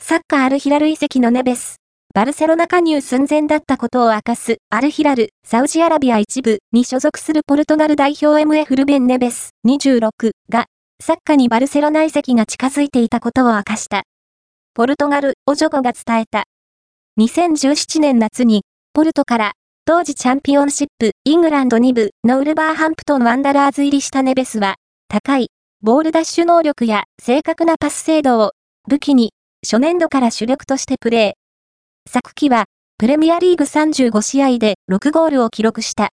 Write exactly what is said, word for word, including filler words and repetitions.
サッカーアルヒラル移籍のネベス。バルセロナ加入寸前だったことを明かすアルヒラル、サウジアラビア一部に所属するポルトガル代表 エムエフ ルベン・ネベスにじゅうろくが、サッカーにバルセロナ移籍が近づいていたことを明かした。ポルトガル、オジョゴが伝えた。にせんじゅうななねん夏に、ポルトから、当時チャンピオンシップ、イングランドに部のウルバーハンプトンワンダラーズ入りしたネベスは、高い、ボールダッシュ能力や正確なパス精度を武器に、初年度から主力としてプレー。昨季は、プレミアリーグさんじゅうごしあいでろくゴールを記録した。